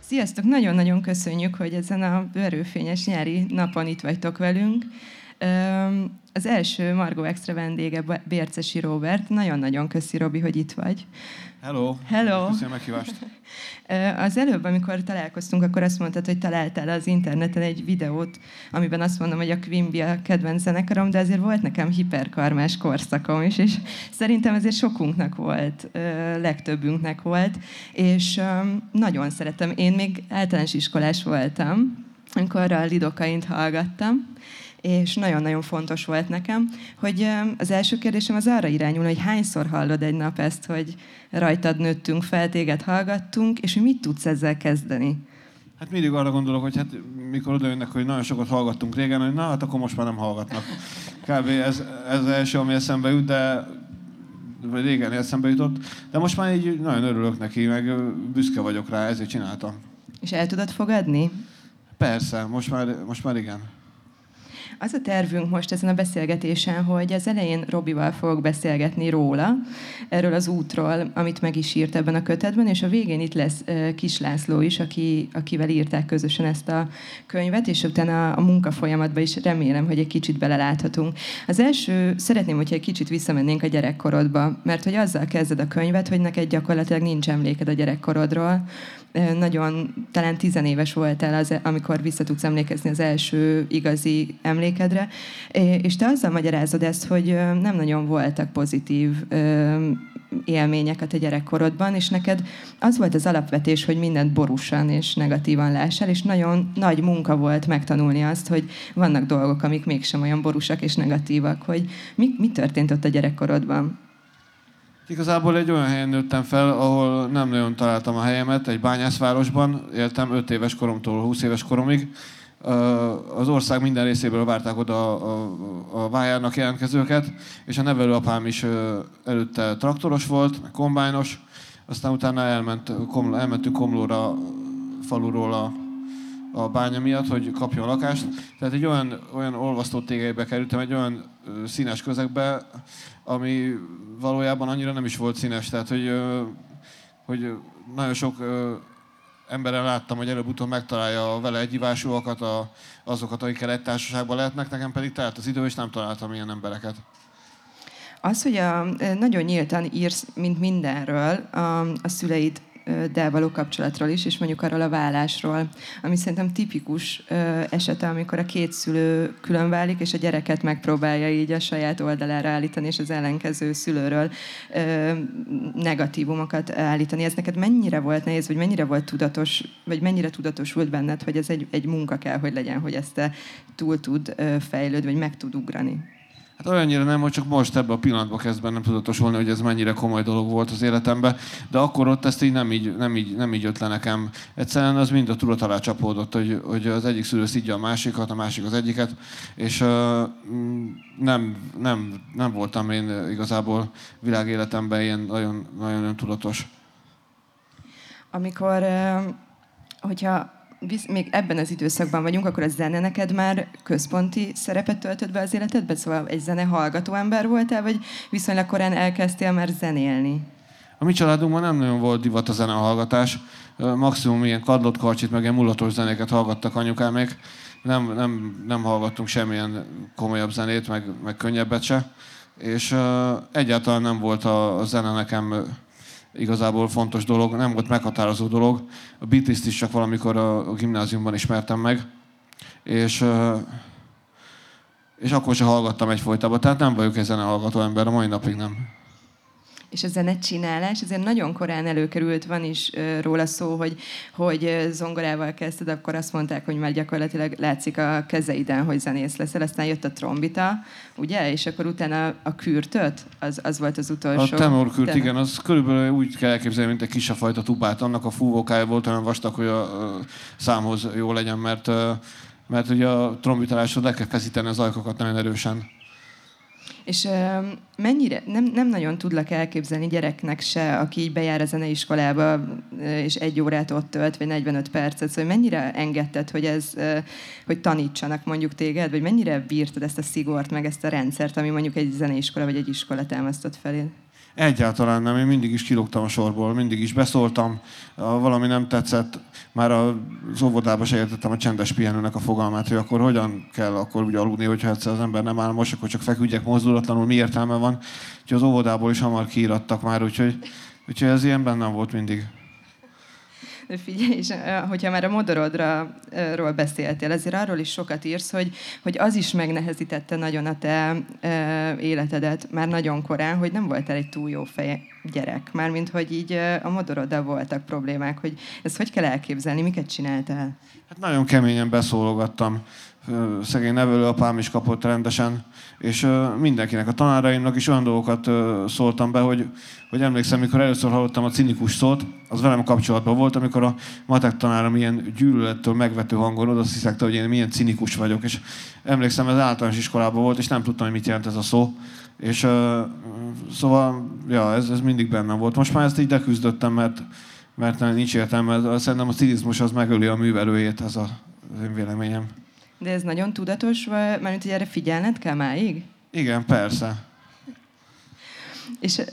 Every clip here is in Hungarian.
Sziasztok! Nagyon-nagyon köszönjük, hogy ezen a verőfényes nyári napon itt vagytok velünk. Az első Margó Extra vendége Bércesi Róbert. Nagyon-nagyon köszi, Robi, hogy itt vagy. Hello! Hello! Köszönöm a meghívást. Az előbb, amikor találkoztunk, akkor azt mondtad, hogy találtál az interneten egy videót, amiben azt mondom, hogy a Quimby a kedvenc zenekarom, de azért volt nekem hiperkarmás korszakom is, és szerintem ezért sokunknak volt, legtöbbünknek volt, és nagyon szeretem. Én még általános iskolás voltam, amikor a Lidokaint hallgattam, és nagyon-nagyon fontos volt nekem, hogy az első kérdésem az arra irányul, hogy hányszor hallod egy nap ezt, hogy rajtad nőttünk fel, téged hallgattunk, és hogy mit tudsz ezzel kezdeni? Hát mindig arra gondolok, hogy hát mikor odajönnek, hogy nagyon sokat hallgattunk régen, hogy na hát akkor most már nem hallgatnak. Kb. Ez az első, ami eszembe jut, vagy régen eszembe jutott. De most már így nagyon örülök neki, meg büszke vagyok rá, ezért csináltam. És el tudod fogadni? Persze, most már igen. Az a tervünk most ezen a beszélgetésen, hogy az elején Robival fogok beszélgetni róla, erről az útról, amit meg is írt ebben a kötetben, és a végén itt lesz Kis László is, akivel írták közösen ezt a könyvet, és utána a munkafolyamatban is remélem, hogy egy kicsit beleláthatunk. Az első, szeretném, hogyha egy kicsit visszamennénk a gyerekkorodba, mert hogy azzal kezded a könyvet, hogy neked gyakorlatilag nincs emléked a gyerekkorodról. Nagyon, talán 10 éves voltál, amikor vissza tudsz emlékezni az első igazi emlékedre, és te azzal magyarázod ezt, hogy nem nagyon voltak pozitív élmények a te gyerekkorodban, és neked az volt az alapvetés, hogy mindent borúsan és negatívan lássál, és nagyon nagy munka volt megtanulni azt, hogy vannak dolgok, amik mégsem olyan borúsak és negatívak, hogy mi történt ott a gyerekkorodban? Igazából egy olyan helyen nőttem fel, ahol nem nagyon találtam a helyemet, egy bányászvárosban éltem 5 éves koromtól 20 éves koromig. Az ország minden részéből várták oda a vájárnak jelentkezőket, és a nevelőapám is előtte traktoros volt, meg kombájnos, aztán utána elmentünk Komlóra faluról a bánya miatt, hogy kapjon lakást. Tehát egy olyan olvasztó tégelybe kerültem, egy olyan színes közegbe, ami valójában annyira nem is volt színes. Tehát, hogy nagyon sok emberen láttam, hogy előbb-utóbb megtalálja a vele egyivásúakat, azokat, akikkel egy társaságban lehetnek, nekem pedig telt az idő, és nem találtam ilyen embereket. Az, hogy nagyon nyíltan írsz, mint mindenről, a szüleid való kapcsolatról is, és mondjuk arról a válásról, ami szerintem tipikus esete, amikor a két szülő különválik, és a gyereket megpróbálja így a saját oldalára állítani, és az ellenkező szülőről negatívumokat állítani. Ez neked mennyire volt nehéz, vagy mennyire volt tudatos, vagy mennyire tudatosult benned, hogy ez egy munka kell, hogy legyen, hogy ezt te túl tud fejlődni, vagy meg tud ugrani? Hát olyannyira nem, hogy csak most ebben a pillanatban kezd bennem tudatosulni, hogy ez mennyire komoly dolog volt az életemben, de akkor ott ezt így nem így jött le nekem. Egyszerűen az mind a tudat alá csapódott, hogy az egyik szülő szidja a másikat, a másik az egyiket, és nem voltam én igazából világéletemben ilyen nagyon tudatos. Amikor, hogyha még ebben az időszakban vagyunk, akkor a zene neked már központi szerepet töltött be az életedbe? Szóval egy zene hallgató ember voltál, vagy viszonylag korán elkezdtél már zenélni? A mi családunkban nem nagyon volt divat a zenehallgatás. Maximum ilyen kadlott karcsit, meg ilyen mulatos zenéket hallgattak anyukámék. Nem hallgattunk semmilyen komolyabb zenét, meg könnyebbet se. És egyáltalán nem volt a zene nekem igazából fontos dolog, nem volt meghatározó dolog. A Beatles-t is csak valamikor a gimnáziumban ismertem meg, és akkor sem hallgattam egyfolytában, tehát nem vagyok egy zenehallgató ember, a mai napig nem. És a zenecsinálás, ezért nagyon korán előkerült, van is róla szó, hogy zongorával kezdted, akkor azt mondták, hogy már gyakorlatilag látszik a kezeiden, hogy zenész leszel, aztán jött a trombita, ugye? És akkor utána a kürtöt, az volt az utolsó. A tenorkürt, igen, az körülbelül úgy kell elképzelni, mint egy kisafajta tubát. Annak a fúvókája volt olyan vastag, hogy a számhoz jó legyen, mert ugye a trombitáláshoz le kell feszíteni az ajkokat nagyon erősen. És mennyire, nem nagyon tudlak elképzelni gyereknek se, aki így bejár a zeneiskolába, és 1 órát ott tölt, vagy 45 percet, szóval mennyire engedted, hogy tanítsanak mondjuk téged, vagy mennyire bírtad ezt a szigort, meg ezt a rendszert, ami mondjuk egy zeneiskola, vagy egy iskola támasztott felé? Egyáltalán nem, én mindig is kilógtam a sorból, mindig is beszóltam, valami nem tetszett, már az óvodában se értettem a csendes pihenőnek a fogalmát, hogy akkor hogyan kell akkor úgy aludni, hogyha egyszer az ember nem áll most, akkor csak feküdjek mozdulatlanul, mi értelme van. Úgyhogy az óvodából is hamar kiírattak már, úgyhogy ez ilyen bennem volt mindig. Figyelj, és hogyha már a modorodról beszéltél, azért arról is sokat írsz, hogy az is megnehezítette nagyon a te életedet már nagyon korán, hogy nem voltál egy túl jó fej gyerek. Mármint, hogy így a modoroddal voltak problémák, hogy ezt hogy kell elképzelni, miket csináltál? Hát nagyon keményen beszólogattam. Szegény nevelőapám is kapott rendesen, és mindenkinek, a tanáraimnak is olyan dolgokat szóltam be, hogy emlékszem, mikor először hallottam a cinikus szót, az velem kapcsolatban volt, amikor a matek tanárom ilyen gyűlölettől megvető hangon oda sziszegte, hogy én milyen cinikus vagyok, és emlékszem, ez általános iskolában volt, és nem tudtam, hogy mit jelent ez a szó. És szóval, ja, ez mindig bennem volt. Most már ezt így leküzdöttem, mert nincs értelme. Szerintem a cinizmus az megöli a művelőjét, ez az én véleményem. De ez nagyon tudatos, mármint, hogy erre figyelned kell máig? Igen, persze. És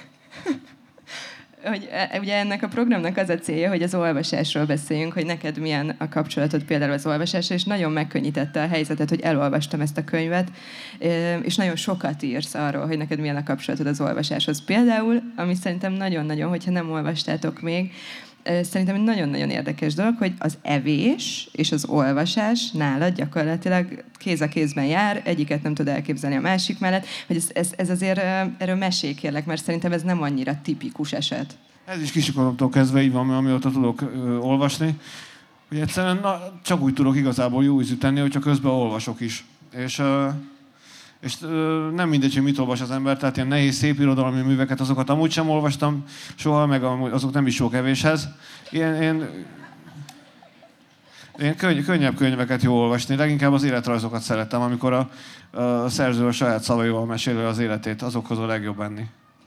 hogy ugye ennek a programnak az a célja, hogy az olvasásról beszéljünk, hogy neked milyen a kapcsolatod például az olvasásra, és nagyon megkönnyítette a helyzetet, hogy elolvastam ezt a könyvet, és nagyon sokat írsz arról, hogy neked milyen a kapcsolatod az olvasáshoz. Például, ami szerintem nagyon-nagyon, hogyha nem olvastátok még, szerintem egy nagyon-nagyon érdekes dolog, hogy az evés és az olvasás nálad gyakorlatilag kéz a kézben jár, egyiket nem tud elképzelni a másik mellett, hogy ez azért, erről mesélj kérlek, mert szerintem ez nem annyira tipikus eset. Ez is kisikoromtól kezdve így van, amióta tudok olvasni, hogy egyszerűen csak úgy tudok igazából jó ízű tenni, hogyha közben olvasok is. És nem mindegy, hogy mit olvas az ember, tehát ilyen nehéz szépirodalmi műveket, azokat amúgy sem olvastam soha, meg azok nem is sok evéshez. Ilyen könnyebb könyveket jó olvasni, leginkább az életrajzokat szerettem, amikor a szerző a saját szavaival meséli az életét, azokhoz a legjobb enni.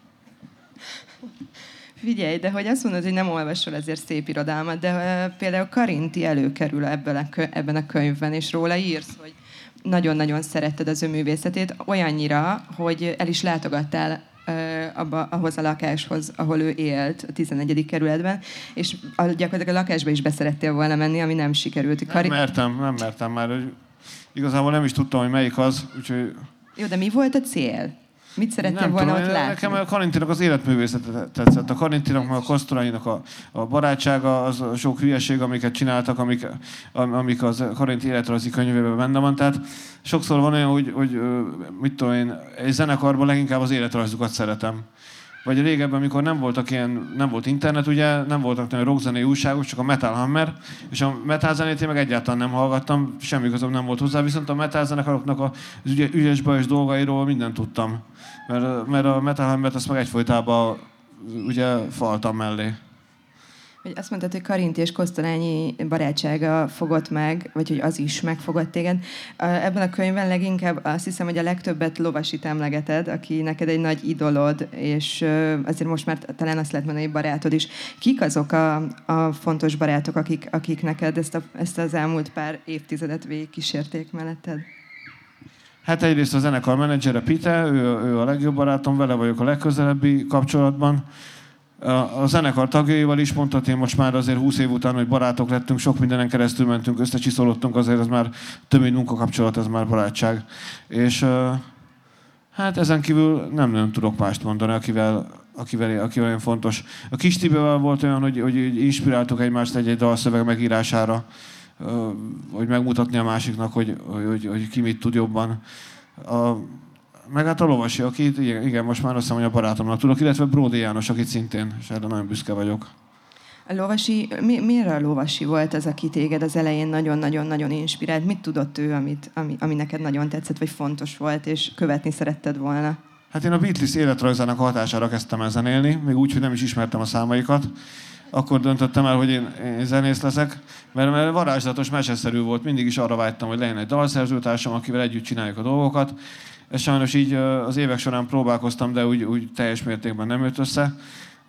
Figyelj, de hogy azt mondod, hogy nem olvasol ezért szép irodalmat, de például Karinti előkerül ebben a könyvben, és róla írsz, hogy nagyon-nagyon szeretted az ő művészetét, olyannyira, hogy el is látogattál ahhoz a lakáshoz, ahol ő élt, a 11. kerületben, és gyakorlatilag a lakásba is beszerettél volna menni, ami nem sikerült. Nem mertem már. Igazából nem is tudtam, hogy melyik az, úgyhogy... Jó, de mi volt a cél? Mit szerettél volna ott látni? Nekem a Karintinak az életművészete tetszett. A Karintinak, a Kosztolányinak a barátsága, az a sok hülyeség, amiket csináltak, amik az Karinti életrajzi könyvében benne van. Tehát sokszor van olyan, hogy mit tudom én, egy zenekarban leginkább az életrajzukat szeretem. Vagy régebben, amikor nem volt internet, ugye, nem voltak nagyon rockzenei újságok, csak a Metal Hammer, és a metal zenét én meg egyáltalán nem hallgattam, semmi közöm nem volt hozzá, viszont a metal zenekaroknak az ügyes bajos dolgairól mindent tudtam. Mert a Metal Hammert azt meg egyfolytában ugye faltam mellé. Hogy azt mondtad, hogy Karinti és Kosztolányi barátsága fogott meg, vagy hogy az is megfogott téged. Ebben a könyvben leginkább azt hiszem, hogy a legtöbbet Lovasit emlegeted, aki neked egy nagy idolod, és azért most már talán azt lehet mondani, hogy barátod is. Kik azok a fontos barátok, akik neked ezt az elmúlt pár évtizedet végigkísérték melletted? Hát egyrészt a zenekar menedzsere Pite, ő a legjobb barátom, vele vagyok a legközelebbi kapcsolatban. A zenekar tagjaival is mondhatném most már azért 20 év után, hogy barátok lettünk, sok mindenen keresztül mentünk, összecsiszolódtunk, azért ez már több mint munkakapcsolat, ez már barátság. És hát ezen kívül nem tudok mást mondani, akivel olyan fontos. A Kis Tibével volt olyan, hogy inspiráltuk egymást egy dalszöveg megírására, hogy megmutatni a másiknak, hogy ki mit tud jobban. Meg hát a Lovasi, akit igen, most már azt hiszem, hogy a barátomnak tudok, illetve Bródi János, akit szintén, és erre nagyon büszke vagyok. A Lovasi, miért a Lovasi volt az, aki téged az elején nagyon-nagyon-nagyon inspirált? Mit tudott ő, ami neked nagyon tetszett, vagy fontos volt, és követni szeretted volna? Hát én a Beatles életrajzának a hatására kezdtem el zenélni, még úgy, hogy nem is ismertem a számaikat. Akkor döntöttem el, hogy én zenész leszek, mert varázslatos, meseszerű volt. Mindig is arra vágytam, hogy legyen egy dalszerzőtársam, akivel együtt csináljuk a dolgokat. És sajnos így az évek során próbálkoztam, de úgy teljes mértékben nem jött össze.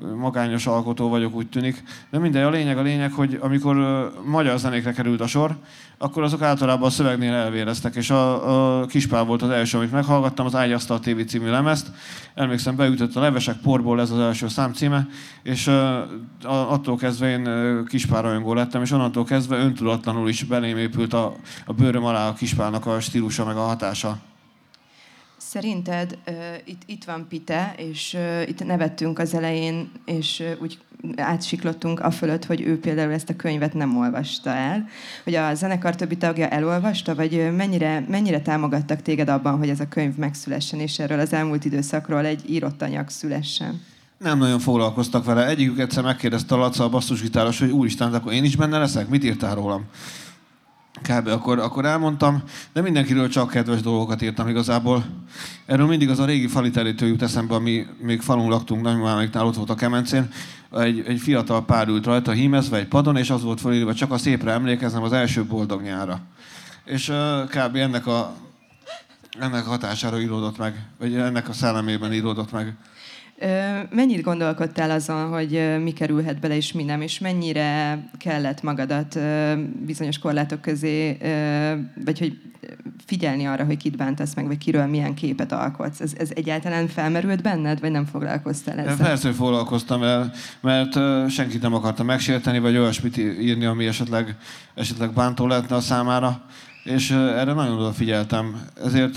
magányos alkotó vagyok, úgy tűnik. De minden, a lényeg, hogy amikor magyar zenékre került a sor, akkor azok általában a szövegnél elvéreztek, és a Kispál volt az első, amit meghallgattam, az Ágyasztal TV című lemezt. Emlékszem, beütött a Levesek porból, ez az első számcíme, és attól kezdve én Kispál rajongó lettem, és onnantól kezdve öntudatlanul is belém épült a bőröm alá a Kispálnak a stílusa, meg a hatása. Szerinted itt van Pite, és itt nevettünk az elején, és úgy átsiklottunk afölött, hogy ő például ezt a könyvet nem olvasta el. Hogy a zenekar többi tagja elolvasta, vagy mennyire támogattak téged abban, hogy ez a könyv megszülessen, és erről az elmúlt időszakról egy írott anyag szülessen? Nem nagyon foglalkoztak vele. Egyikük egyszer megkérdezte a Laca, a basszusgitáros, hogy úristen, akkor én is benne leszek? Mit írtál rólam? Kb. Akkor elmondtam, de mindenkiről csak kedves dolgokat írtam igazából. Erről mindig az a régi faliterítő jut eszembe, ami még falun laktunk, nagymamáméknál ott volt a kemencén. Egy fiatal pár ült rajta hímezve egy padon, és az volt felírva, csak a szépre emlékeznem, az első boldog nyára. És kb. ennek a hatására íródott meg, vagy ennek a szellemében íródott meg. Mennyit gondolkodtál azon, hogy mi kerülhet bele és mi nem, és mennyire kellett magadat bizonyos korlátok közé, vagy hogy figyelni arra, hogy kit bántasz meg, vagy kiről milyen képet alkotsz? Ez egyáltalán felmerült benned, vagy nem foglalkoztál ezzel? Persze, hogy foglalkoztam el, mert senkit nem akartam megsérteni, vagy olyasmit írni, ami esetleg bántó lehetne a számára, és erre nagyon odafigyeltem. Ezért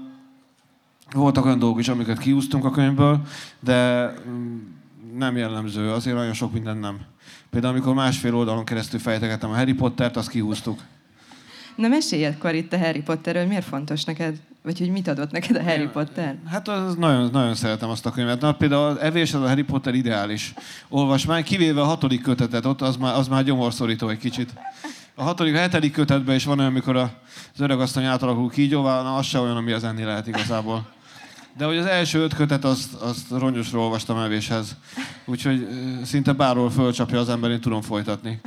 voltak olyan dolgok is, amiket kiúztunk a könyvből, de nem jellemző, azért nagyon sok minden nem. Például amikor másfél oldalon keresztül fejtegettem a Harry Pottert, azt kihúztuk. Na mesélj akkor itt a Harry Potterről, miért fontos neked? Vagy hogy mit adott neked a Harry Potter? Hát nagyon, nagyon szeretem azt a könyvet. Na, például az evés, az a Harry Potter ideális olvasmány, kivéve a 6. kötetet, ott az már gyomorszorító egy kicsit. A 7. kötetben is van olyan, amikor az öregasszony átalakul kígyóvá, na az se olyan, ami az enni lehet igazából. De hogy az első 5 kötet, azt rongyosról olvastam evéshez. Úgyhogy szinte bárhol fölcsapja az ember, én tudom folytatni.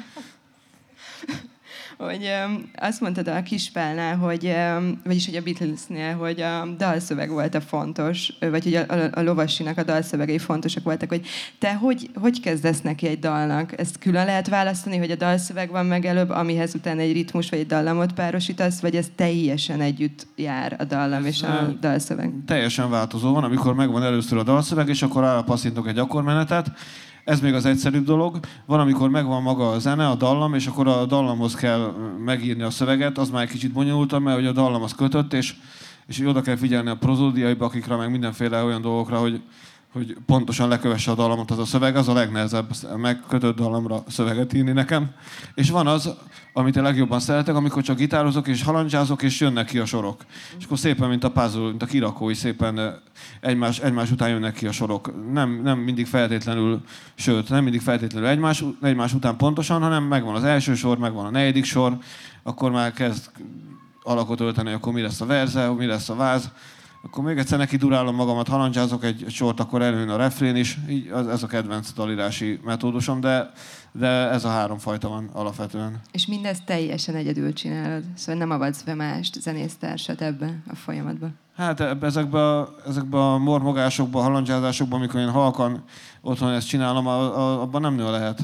Hogy azt mondtad a Kispálnál, vagyis hogy a Beatlesnél, hogy a dalszöveg volt a fontos, vagy hogy a Lovasinak a dalszövegei fontosak voltak, hogy te hogy kezdesz neki egy dalnak? Ezt külön lehet választani, hogy a dalszöveg van meg előbb, amihez utána egy ritmus vagy egy dallamot párosítasz, vagy ez teljesen együtt jár a dallam és a dalszöveg? Teljesen változó van, amikor megvan először a dalszöveg, és akkor arra passzítok egy akkormenetet. Ez még az egyszerűbb dolog. Van, amikor megvan maga a zene, a dallam, és akkor a dallamhoz kell megírni a szöveget, az már egy kicsit bonyolultabb, mert hogy a dallam az kötött, és oda kell figyelni a prozódiaiba, akikra, meg mindenféle olyan dolgokra, hogy pontosan lekövesse a dallamot az a szöveg, az a legnehezebb, megkötött dallamra szöveget írni nekem. És van az, amit én legjobban szeretek, amikor csak gitározok és halandzsázok, és jönnek ki a sorok. És akkor szépen, mint a puzzle, mint a kirakói, szépen egymás után jönnek ki a sorok. Nem mindig feltétlenül, sőt, nem mindig feltétlenül egymás után pontosan, hanem megvan az első sor, megvan a 4. sor, akkor már kezd alakot ölteni, akkor mi lesz a verze, mi lesz a váz. Akkor még egyszer neki durálom magamat, halandzsázok egy sort, akkor előjön a refrén is. Így ez a kedvenc dalírási metódusom, de ez a 3 fajta van alapvetően. És mindezt teljesen egyedül csinálod? Szóval nem avatsz be mást, zenésztársat ebbe a folyamatba? Hát ezekbe a mormogásokba, a halandzsázásokba, amikor én halkan otthon ezt csinálom, abban nem nő lehet.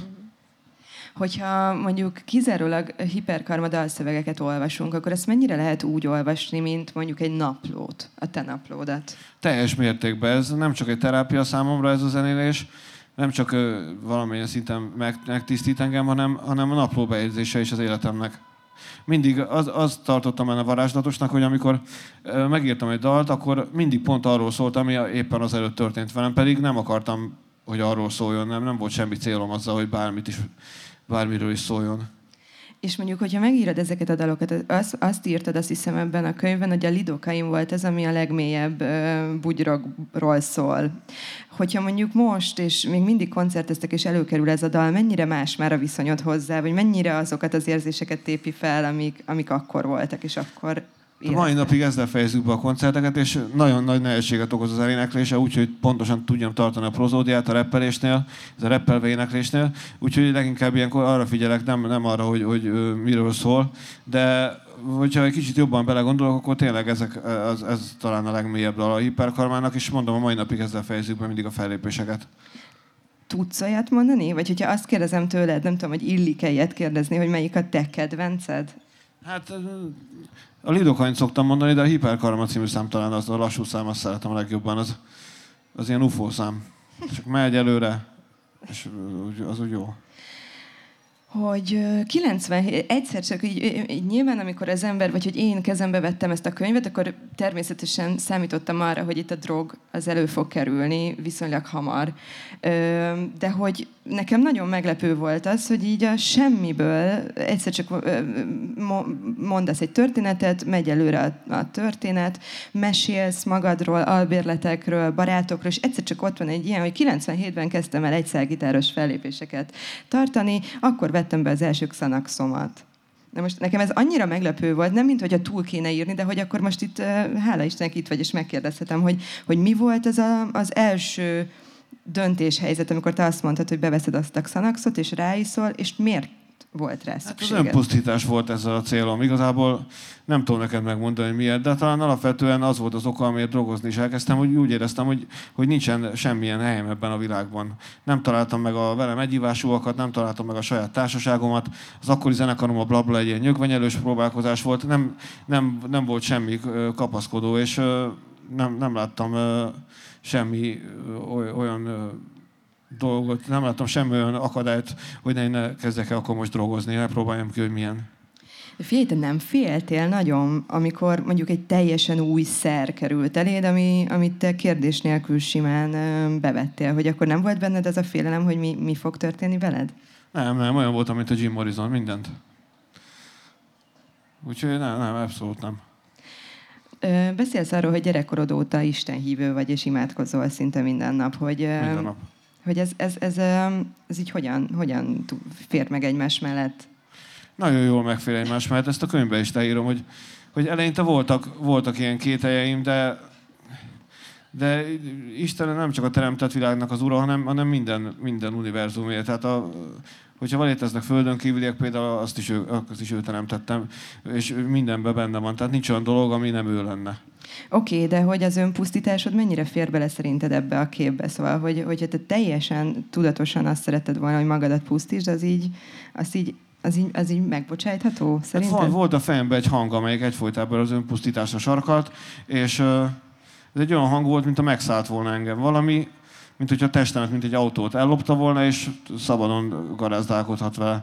Hogyha mondjuk kizárólag hiperkarma dalszövegeket olvasunk, akkor ezt mennyire lehet úgy olvasni, mint mondjuk egy naplót, a te naplódat? Teljes mértékben. Ez nem csak egy terápia számomra ez a zenélés, nem csak valamilyen szinten megtisztít engem, hanem a napló bejegyzése is az életemnek. Mindig azt tartottam benne varázslatosnak, hogy amikor megírtam egy dalt, akkor mindig pont arról szólt, ami éppen azelőtt történt velem, pedig nem akartam, hogy arról szóljon, nem volt semmi célom azzal, hogy bármiről is szóljon. És mondjuk, hogyha megírod ezeket a dalokat, azt írtad, azt hiszem ebben a könyvben, hogy a Lidocain volt ez, ami a legmélyebb bugyrokról szól. Hogyha mondjuk most, és még mindig koncerteztek, és előkerül ez a dal, mennyire más már a viszonyod hozzá, vagy mennyire azokat az érzéseket tépi fel, amik akkor voltak, és akkor A mai napig ezzel fejezzük be a koncerteket, és nagyon nagy nehézséget okoz az eléneklése, úgyhogy pontosan tudjam tartani a prozódiát a reppelésnél, ez a reppelve éneklésnél, úgyhogy leginkább ilyenkor arra figyelek, nem arra, hogy miről szól, de hogyha egy kicsit jobban belegondolok, akkor tényleg ez talán a legmélyebb dal a hiperkarmának, és mondom, a mai napig ezzel fejezzük be mindig a fellépéseket. tudsz olyat mondani? Vagy hogyha azt kérdezem tőled, nem tudom, hogy illik-e ilyet kérdezni, hogy melyik a te kedvenced? Hát a lidokaint szoktam mondani, de a Hiperkarma című szám talán az a lassú szám, azt szeretem a legjobban, az ilyen UFO szám. Csak megy előre, és az úgy jó. Hogy 97, egyszer csak így nyilván, amikor az ember, vagy hogy én kezembe vettem ezt a könyvet, akkor természetesen számítottam arra, hogy itt a drog az elő fog kerülni viszonylag hamar. De hogy nekem nagyon meglepő volt az, hogy így a semmiből egyszer csak mondasz egy történetet, megy előre a történet, mesélsz magadról, albérletekről, barátokról, és egyszer csak ott van egy ilyen, hogy 97-ben kezdtem el egyszergitáros fellépéseket tartani, akkor vettem be az első Xanaxomat. Na most nekem ez annyira meglepő volt, nem mint hogyha túl kéne írni, de hogy akkor most itt, hála Istennek itt vagy, és megkérdezhetem, hogy mi volt az első döntéshelyzet, amikor te azt mondtad, hogy beveszed azt a Xanaxot, és ráiszol, és miért volt rá szükséged? Hát az önpusztítás volt ezzel a célom. Igazából nem tudom neked megmondani, hogy miért, de talán alapvetően az volt az oka, amiért drogozni is elkezdtem, hogy úgy éreztem, hogy nincsen semmilyen helyem ebben a világban. Nem találtam meg a velem egyívásúakat, nem találtam meg a saját társaságomat. Az akkori zenekarom a Blabla egy ilyen nyögvenyelős próbálkozás volt, nem volt semmi kapaszkodó, és nem láttam semmi olyan dolgot, nem láttam semmi olyan akadályt, hogy ne kezdjek el akkor most drogozni, ne próbáljam ki, hogy milyen. Figyelj, te nem féltél nagyon, amikor mondjuk egy teljesen új szer került eléd, amit te kérdés nélkül simán bevettél, hogy akkor nem volt benned ez a félelem, hogy mi fog történni veled? Nem, olyan voltam, mint a Jim Morrison, mindent. Úgyhogy nem, abszolút nem. Beszélsz arról, hogy gyerekkorod óta istenhívő vagy, és imádkozol szinte minden nap, Minden nap. Hogy ez így hogyan fér meg egymás mellett? Nagyon jól megfér egymás mellett. Ezt a könyvben is leírom, hogy eleinte voltak ilyen kételjeim, de Isten nem csak a teremtett világnak az ura, hanem minden univerzumért. Tehát hogyha van léteznek földön kívüliek, például azt is ő teremtettem, és mindenben benne van. Tehát nincs olyan dolog, ami nem ő lenne. Oké, de hogy az önpusztításod mennyire fér bele szerinted ebbe a képbe? Szóval, hogyha te teljesen tudatosan azt szeretted volna, hogy magadat pusztítsd, az így megbocsájtható szerinted? Hát volt a fejemben egy hang, amelyik egyfolytában az önpusztításra sarkalt, és ez egy olyan hang volt, mint a megszállt volna engem valami, mint hogyha a testemet, mint egy autót ellopta volna, és szabadon garázdálkodhat vele.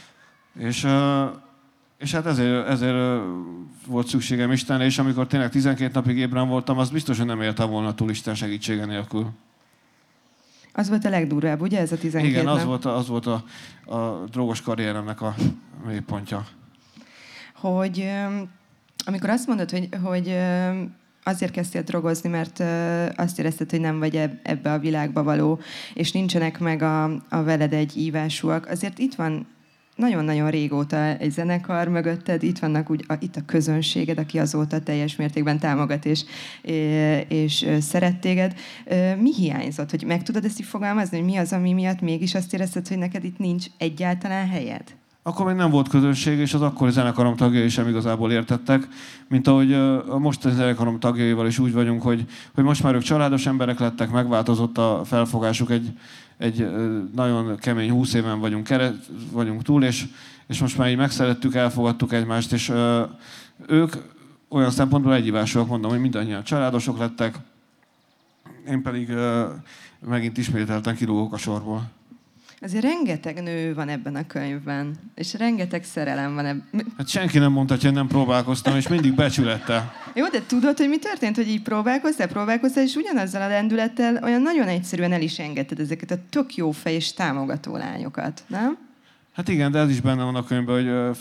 És hát ezért volt szükségem Istenre, és amikor tényleg 12 napig ébren voltam, azt biztos, hogy nem éltem volna túl Isten segítsége nélkül. Az volt a legdurvább, ugye ez a 12 Igen, nap? az volt a drogos karrieremnek a mélypontja. Hogy amikor azt mondod, hogy azért kezdtél drogozni, mert azt érezted, hogy nem vagy ebbe a világba való, és nincsenek meg a veled egy ívásúak, azért itt van nagyon-nagyon régóta egy zenekar mögötted, itt vannak itt a közönséged, aki azóta teljes mértékben támogat és szeret téged. Mi hiányzott? Hogy meg tudod ezt így fogalmazni, hogy mi az, ami miatt mégis azt érezted, hogy neked itt nincs egyáltalán helyed? Akkor még nem volt közönség, és az akkori zenekarom tagjai sem igazából értettek, mint ahogy a mostani zenekarom tagjaival is úgy vagyunk, hogy most már ők családos emberek lettek, megváltozott a felfogásuk, egy nagyon kemény 20 éven vagyunk túl, és most már így megszerettük, elfogadtuk egymást, és ők olyan szempontból egyívásúak, mondom, hogy mindannyian családosok lettek, én pedig megint ismételten kilógok a sorból. Azért rengeteg nő van ebben a könyvben, és rengeteg szerelem van ebben. Hát senki nem mondta, hogy nem próbálkoztam, és mindig becsülettel. Jó, de tudod, hogy mi történt, hogy így próbálkoztál, és ugyanazzal a lendülettel olyan nagyon egyszerűen el is engedted ezeket a tök jó fej és támogató lányokat, nem? Hát igen, de ez is benne van a könyvben, hogy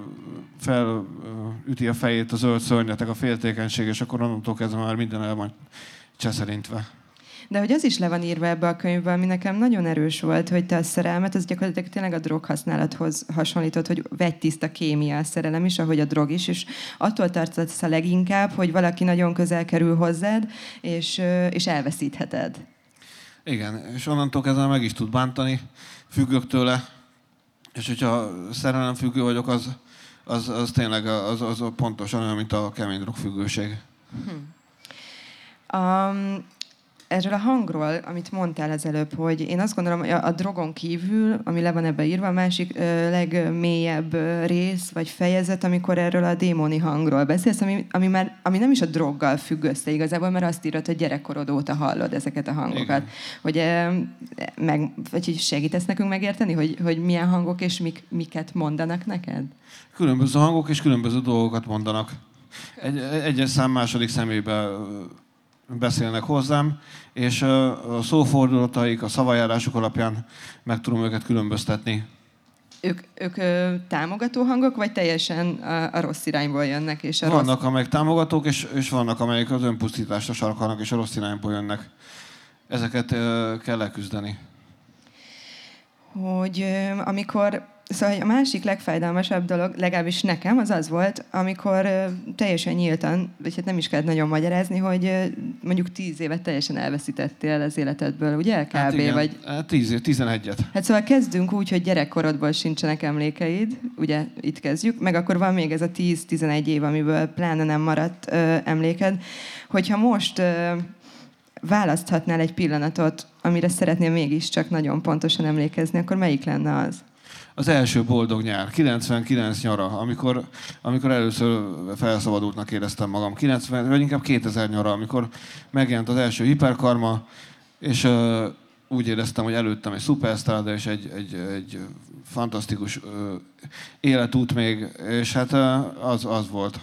felüti a fejét a zöld szörnyetek, a féltékenység, és akkor onnantól kezdve már minden el van cseszerintve. De hogy az is le van írva ebbe a könyvben, ami nekem nagyon erős volt, hogy te a szerelmet, az gyakorlatilag tényleg a droghasználathoz hasonlítod, hogy vegytiszta kémia a szerelem is, ahogy a drog is, és attól tartasz a leginkább, hogy valaki nagyon közel kerül hozzád, és elveszítheted. Igen, és onnantól kezdve meg is tud bántani, függök tőle, és hogyha szerelemfüggő vagyok, az tényleg az pontosan olyan, mint a kemény drogfüggőség. erről a hangról, amit mondtál az előbb, hogy én azt gondolom, hogy a drogon kívül, ami le van ebbe írva, a másik legmélyebb rész vagy fejezet, amikor erről a démoni hangról beszélsz, ami nem is a droggal függ össze igazából, mert azt írod, hogy gyerekkorod óta hallod ezeket a hangokat. Igen. Vagy segítesz nekünk megérteni, hogy milyen hangok és miket mondanak neked? Különböző hangok és különböző dolgokat mondanak. Egyes szám második szemébe beszélnek hozzám, és a szófordulataik, a szavajárásuk alapján meg tudom őket különböztetni. Ők támogató hangok, vagy teljesen a rossz irányból jönnek? És vannak, amelyek támogatók, és vannak, amelyek az önpusztításra sarkalnak, és a rossz irányból jönnek. Ezeket kell leküzdeni. Hogy amikor... Szóval a másik legfájdalmasabb dolog, legalábbis nekem, az volt, amikor teljesen nyíltan, vagy hát nem is kellett nagyon magyarázni, hogy mondjuk 10 évet teljesen elveszítettél az életedből, ugye? Kb. Hát igen, vagy... 11-et. Hát szóval kezdünk úgy, hogy gyerekkorodból sincsenek emlékeid, ugye itt kezdjük, meg akkor van még ez a 10-11 év, amiből pláne nem maradt emléked. Hogyha most választhatnál egy pillanatot, amire szeretnél mégiscsak nagyon pontosan emlékezni, akkor melyik lenne az? Az első boldog nyár, 99 nyara, amikor először felszabadultnak éreztem magam. 90, vagy inkább 2000 nyara, amikor megjelent az első hiperkarma, és úgy éreztem, hogy előttem egy szupersztár, és egy fantasztikus életút még, és hát az volt.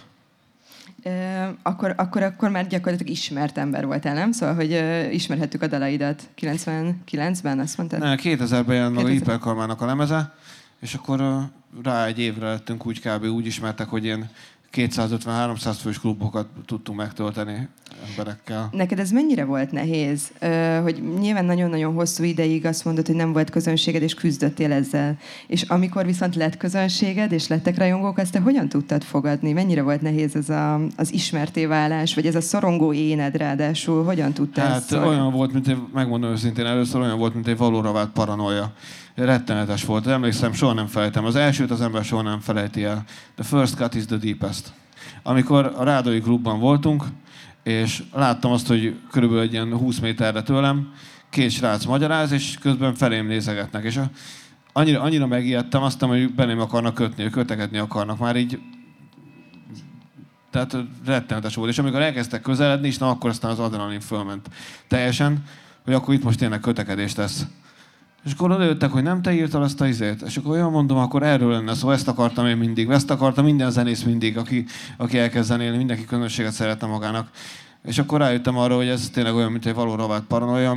Akkor már gyakorlatilag ismert ember voltál, nem? Szóval, hogy ismerhettük a dalaidat 99-ben, azt mondtad? Ne, 2000-ben jelent meg a hiperkarmának a lemeze, és akkor rá egy évre lettünk úgy ismertek, hogy ilyen 250-300 fős klubokat tudtunk megtölteni emberekkel. Neked ez mennyire volt nehéz? Hogy nyilván nagyon-nagyon hosszú ideig azt mondod, hogy nem volt közönséged, és küzdöttél ezzel. És amikor viszont lett közönséged, és lettek rajongók, azt te hogyan tudtad fogadni? Mennyire volt nehéz ez az ismerté válás, vagy ez a szorongó éned ráadásul? Hogyan tudtál ezt? Hát olyan volt, mint megmondom őszintén, először olyan volt, mint egy valóra vált paranoia. Rettenetes volt. Emlékszem, soha nem felejtem. Az elsőt az ember soha nem felejti el. The first cut is the deepest. Amikor a Rádói klubban voltunk, és láttam azt, hogy körülbelül egy ilyen 20 méterre tőlem két srác magyaráz, és közben felém nézegetnek. És annyira megijedtem, aztán, hogy belém akarnak kötni, hogy kötekedni akarnak. Már így... Tehát rettenetes volt. És amikor elkezdtek közeledni, és akkor aztán az adrenalin fölment teljesen, hogy akkor itt most tényleg kötekedést tesz. És akkor odajöttek, hogy nem te írtál azt a izét. És akkor olyan mondom, akkor erről lenne szó, ezt akartam én mindig. Ezt akartam minden zenész mindig, aki elkezd zenélni, mindenki közönséget szeretne magának. És akkor rájöttem arra, hogy ez tényleg olyan, mint egy valóra vált paranoia,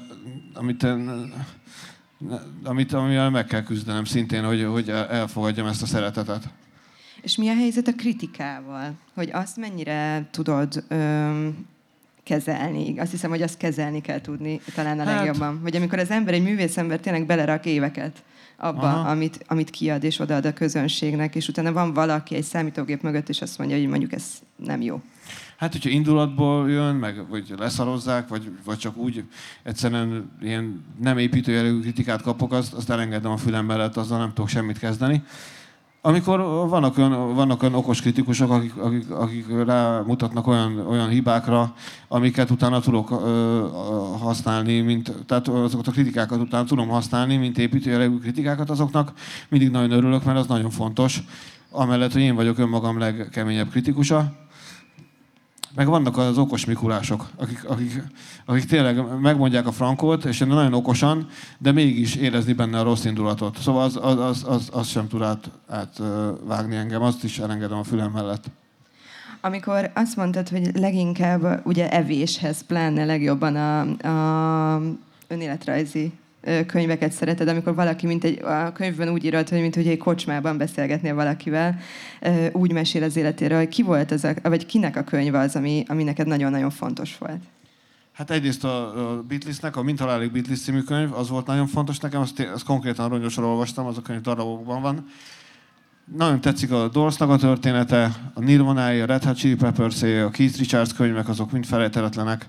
amivel meg kell küzdenem szintén, hogy elfogadjam ezt a szeretetet. És mi a helyzet a kritikával? Hogy azt mennyire tudod... kezelni. Azt hiszem, hogy azt kezelni kell tudni talán a legjobban. Hogy amikor az ember, egy művészember tényleg belerak éveket abba, amit kiad és odaad a közönségnek, és utána van valaki egy számítógép mögött, és azt mondja, hogy mondjuk ez nem jó. Hát, hogyha indulatból jön, meg vagy leszarozzák, vagy csak úgy egyszerűen ilyen nem építőjellegű kritikát kapok, azt elengedem a fülem mellett, azzal nem tudok semmit kezdeni. Amikor vannak olyan okos kritikusok, akik rámutatnak olyan hibákra, amiket utána tudok használni, tehát azokat a kritikákat utána tudom használni, mint építőjellegű kritikákat, azoknak mindig nagyon örülök, mert az nagyon fontos. Amellett, hogy én vagyok önmagam legkeményebb kritikusa. Meg vannak az okos Mikulások, akik tényleg megmondják a frankót, és nagyon okosan, de mégis érezni benne a rossz indulatot. Szóval az sem tud átvágni engem, azt is elengedem a fülem mellett. Amikor azt mondtad, hogy leginkább ugye evéshez, pláne legjobban a önéletrajzi könyveket szereted, amikor valaki a könyvben úgy írod, hogy mint hogy egy kocsmában beszélgetnél valakivel, úgy mesél az életéről, hogy ki volt az, vagy kinek a könyve az, ami neked nagyon-nagyon fontos volt? Hát egyrészt a Beatlesnek, a Mint halálig Beatles című könyv, az volt nagyon fontos nekem, azt konkrétan rongyosra olvastam, az a könyv darabokban van. Nagyon tetszik a Dorsnak a története, a Nirvanáé, a Red Hot Chili Peppers-é, a Keith Richards könyvek, azok mind felejthetetlenek.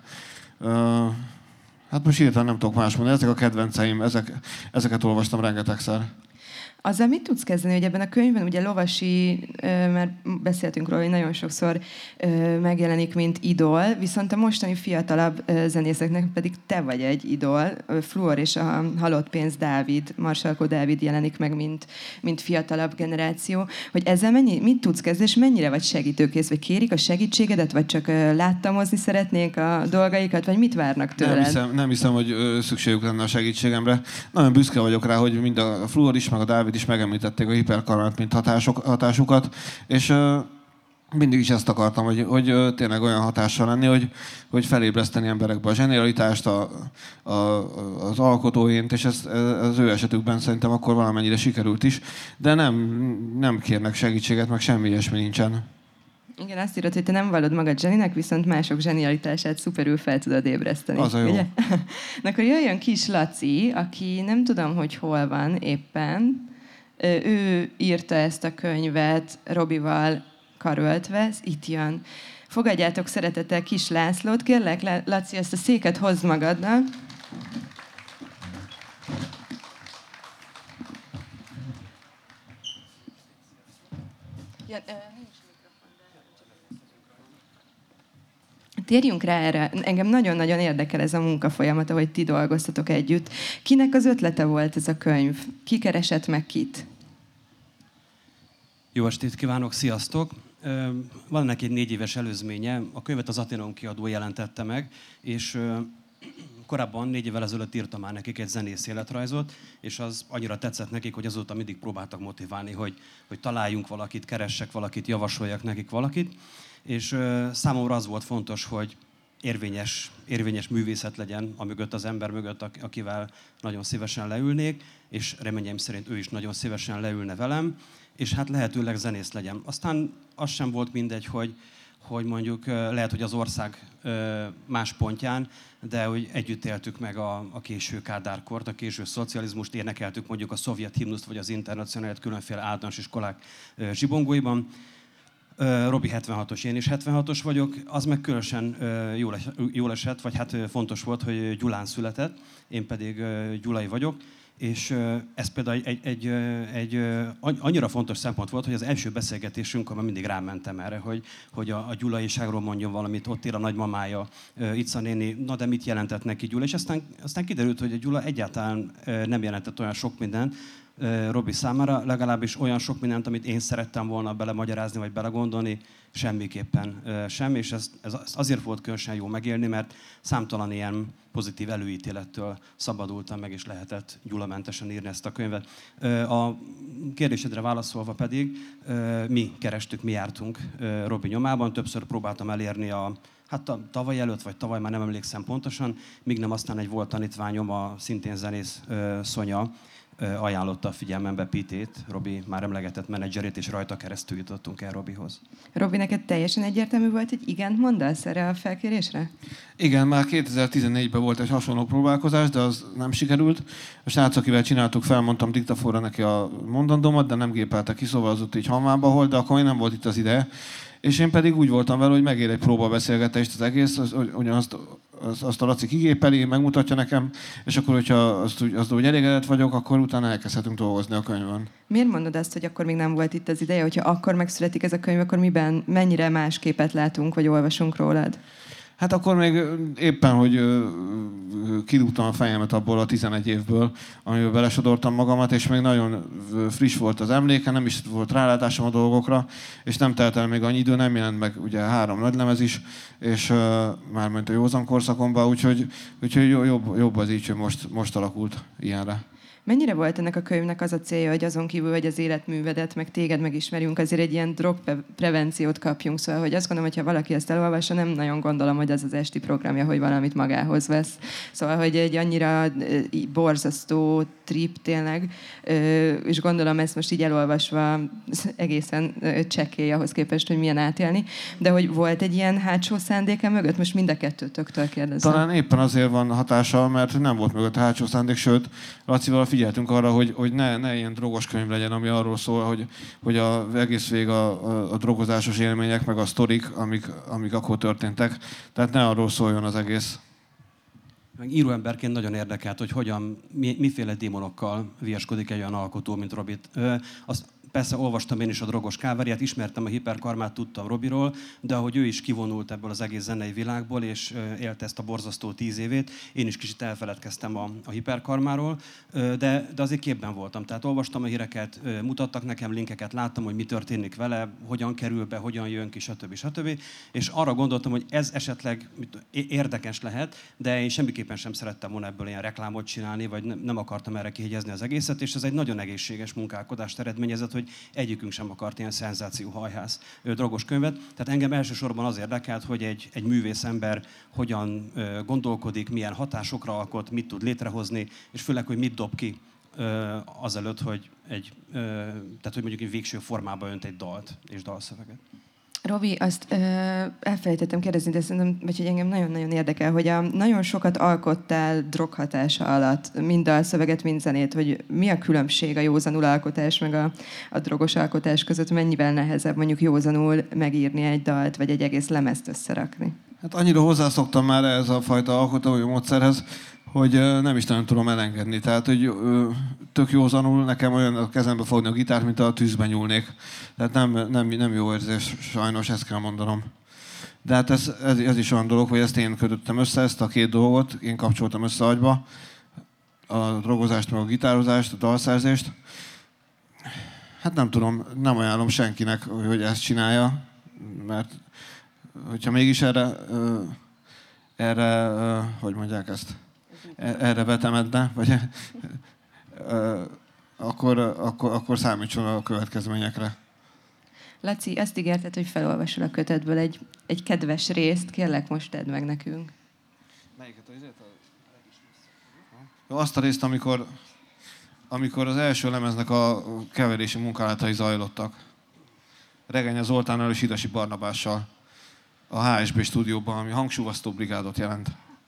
Hát most hirtelen nem tudok más mondani, ezek a kedvenceim, ezeket olvastam rengetegszer. Azzal mit tudsz kezdeni, hogy ebben a könyvben ugye Lovasi, mert beszéltünk róla, hogy nagyon sokszor megjelenik, mint idol, viszont a mostani fiatalabb zenészeknek pedig te vagy egy idol. Fluor és a Halott pénz Dávid, Marsalkó Dávid jelenik meg, mint fiatalabb generáció. Hogy ezzel mit tudsz kezdeni, és mennyire vagy segítőkész, vagy kérik a segítségedet, vagy csak láttamozni szeretnék a dolgaikat, vagy mit várnak tőled? Nem hiszem, hogy szükségük lenne a segítségemre. Nagyon büszke vagyok rá, hogy mind a Fluor is, meg a Dávid is megemlítették a hiperkaranát, mint hatásukat, és mindig is ezt akartam, hogy tényleg olyan hatással lenni, hogy felébreszteni emberekbe a zsenialitást, az alkotóént, és ez az ő esetükben szerintem akkor valamennyire sikerült is, de nem kérnek segítséget, meg semmi ilyesmi nincsen. Igen, azt írod, hogy te nem vallod magad zseninek, viszont mások zsenialitását szuperül fel tudod ébreszteni. Az a jó. Ugye? Na akkor jöjjön Kis Laci, aki nem tudom, hogy hol van éppen. Ő írta ezt a könyvet Robival karöltve, itt jön. Fogadjátok szeretettel Kis Lászlót. Kérlek, Laci, ezt a széket hozd magaddal. Ja, térjünk rá erre. Engem nagyon-nagyon érdekel ez a munkafolyamat, ahogy ti dolgoztatok együtt. Kinek az ötlete volt ez a könyv? Ki keresett meg kit? Jó estét kívánok, sziasztok! Van neki egy 4 éves előzménye. A könyvet az Athenaeum kiadó jelentette meg, és korábban 4 évvel ezelőtt írtam már nekik egy zenész életrajzot, és az annyira tetszett nekik, hogy azóta mindig próbáltak motiválni, hogy találjunk valakit, keressek valakit, javasoljak nekik valakit. És számomra az volt fontos, hogy érvényes művészet legyen amögött az ember mögött, akivel nagyon szívesen leülnék, és reményeim szerint ő is nagyon szívesen leülne velem, és hát lehetőleg zenész legyen. Aztán az sem volt mindegy, hogy mondjuk lehet, hogy az ország más pontján, de hogy együtt éltük meg a késő Kádárkort, a késő szocializmust, énekeltük mondjuk a szovjet himnuszt, vagy az internacionálit különféle általános iskolák zsibongóiban. Robi 76-os, én is 76-os vagyok, az meg különösen jól esett, vagy hát fontos volt, hogy Gyulán született, én pedig gyulai vagyok, és ez például egy annyira fontos szempont volt, hogy az első beszélgetésünkön mindig rámentem erre, hogy a gyulaiságról mondjon valamit, ott él a nagymamája, Ica néni, na de mit jelentett neki Gyula, és aztán kiderült, hogy a Gyula egyáltalán nem jelentett olyan sok mindent, Robi számára, legalábbis olyan sok mindent, amit én szerettem volna belemagyarázni, vagy belegondolni, semmiképpen sem, és ez azért volt különösen jó megélni, mert számtalan ilyen pozitív előítélettől szabadultam meg, és lehetett gyulamentesen írni ezt a könyvet. A kérdésedre válaszolva pedig, mi kerestük, mi jártunk Robi nyomában, többször próbáltam elérni tavaly előtt, vagy tavaly, már nem emlékszem pontosan, míg nem aztán egy volt tanítványom, a szintén zenész Szonya, ajánlotta a figyelmembe Pitét, Robi már emlegetett menedzserét, és rajta keresztül jutottunk el Robihoz. Robi, neked teljesen egyértelmű volt, hogy igent mondasz erre a felkérésre? Igen, már 2014-ben volt egy hasonló próbálkozás, de az nem sikerült. A srác, akivel csináltuk, felmondtam diktafonra neki a mondandómat, de nem gépelte ki, szóval az ott így hamvába volt, de akkor még nem volt itt az ideje. És én pedig úgy voltam vele, hogy megér egy próbabeszélgetést az egész, ugyanazt a Laci kigépeli, megmutatja nekem, és akkor, hogyha azt úgy elégedett vagyok, akkor utána elkezdhetünk dolgozni a könyvön. Miért mondod azt, hogy akkor még nem volt itt az ideje, hogyha akkor megszületik ez a könyv, akkor mennyire más képet látunk, vagy olvasunk rólad? Hát akkor még éppen, hogy kidugtam a fejemet abból a 11 évből, amiben belesodortam magamat, és még nagyon friss volt az emléke, nem is volt rálátásom a dolgokra, és nem telt el még annyi idő, nem jelent meg ugye 3 nagylemez is, és már ment a józan korszakomba, úgyhogy jobb az így, hogy most alakult ilyenre. Mennyire volt ennek a könyvnek az a célja, hogy azon kívül, hogy az életművedet, meg téged megismerjünk, azért egy ilyen drogprevenciót kapjunk, szóval, hogy azt gondolom, hogy ha valaki ezt elolvassa, nem nagyon gondolom, hogy az az esti programja, hogy valamit magához vesz. Szóval, hogy egy annyira borzasztó trip tényleg, és gondolom ezt most így elolvasva egészen csekély ahhoz képest, hogy milyen átélni, de hogy volt egy ilyen hátsó szándéka mögött? Most mind a kettőtöktől kérdezem. Talán éppen azért van hatása, mert nem volt mögött a hátsó szándék, sőt, Lacival figyeltünk arra, hogy ne ilyen drogos könyv legyen, ami arról szól, hogy az egész vég a drogozásos élmények, meg a sztorik, amik akkor történtek. Tehát ne arról szóljon az egész. meg íróemberként nagyon érdekelt, hogy miféle démonokkal viaskodik egy olyan alkotó, mint Robit. Persze olvastam én is a Drogos Káveriát, ismertem a hiperkarmát, tudtam Robiról, de ahogy ő is kivonult ebből az egész zenei világból, és élte ezt a borzasztó 10 évét, én is kicsit elfeledkeztem a hiperkarmáról, de azért képben voltam. Tehát olvastam a híreket, mutattak nekem linkeket, láttam, hogy mi történik vele, hogyan kerül be, hogyan jön ki, stb. És arra gondoltam, hogy ez esetleg érdekes lehet, de én semmiképpen sem szerettem volna ebből ilyen reklámot csinálni, vagy nem akartam erre kihegyezni az egészet, és ez egy nagyon egészséges munkálkodást eredményezett, hogy egyikünk sem akart ilyen szenzációhajhász drogos könyvet. Tehát engem elsősorban az érdekelt, hogy egy művész ember hogyan gondolkodik, milyen hatásokra alkot, mit tud létrehozni, és főleg, hogy mit dob ki azelőtt, hogy tehát, hogy mondjuk egy végső formába önt egy dalt és dalszöveget. Robi, azt elfelejtettem kérdezni, de szerintem, vagy hogy engem nagyon-nagyon érdekel, hogy nagyon sokat alkottál droghatása alatt, mind dalszöveget, mind zenét, hogy mi a különbség a józanul alkotás meg a drogos alkotás között, mennyivel nehezebb mondjuk józanul megírni egy dalt, vagy egy egész lemezt összerakni? Hát annyira hozzászoktam már ez a fajta alkotói módszerhez, hogy nem is nagyon tudom elengedni. Tehát, hogy tök józanul nekem olyan a kezembe fogni a gitárt, mint a tűzben nyúlnék. Tehát nem jó érzés, sajnos, ezt kell mondanom. De hát ez is olyan dolog, hogy ezt én kötöttem össze, ezt a két dolgot, én kapcsoltam össze agyba, a drogozást, meg a gitározást, a dalszerzést. Hát nem tudom, nem ajánlom senkinek, hogy ezt csinálja, mert hogyha mégis erre hogy mondják ezt? Erre vetemedne, vagy akkor számítson a következményekre. Laci, azt ígérted, hogy felolvasol a kötetből egy kedves részt. Kérlek, most tedd meg nekünk. Melyiket azt a részt, amikor az első lemeznek a keverési munkálatai zajlottak. Regenya Zoltánnal és Hidasi Barnabással a HSB stúdióban, ami hangsúlyoztó brigádot jelent.